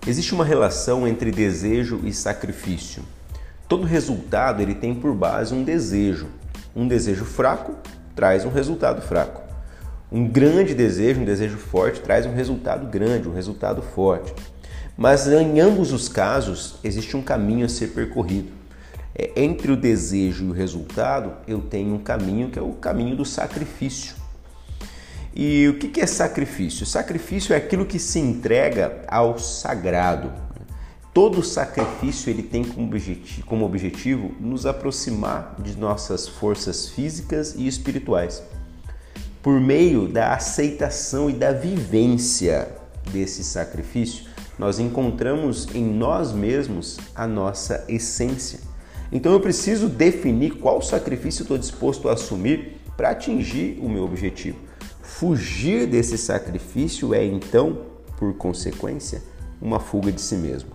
Existe uma relação entre desejo e sacrifício. Todo resultado ele tem por base um desejo. Um desejo fraco traz um resultado fraco. Um grande desejo, um desejo forte, traz um resultado grande, um resultado forte. Mas em ambos os casos, existe um caminho a ser percorrido. Entre o desejo e o resultado, eu tenho um caminho que é o caminho do sacrifício. E o que é sacrifício? Sacrifício é aquilo que se entrega ao sagrado. Todo sacrifício ele tem como objetivo nos aproximar de nossas forças físicas e espirituais. Por meio da aceitação e da vivência desse sacrifício, nós encontramos em nós mesmos a nossa essência. Então eu preciso definir qual sacrifício eu estou disposto a assumir para atingir o meu objetivo. Fugir desse sacrifício é então, por consequência, uma fuga de si mesmo.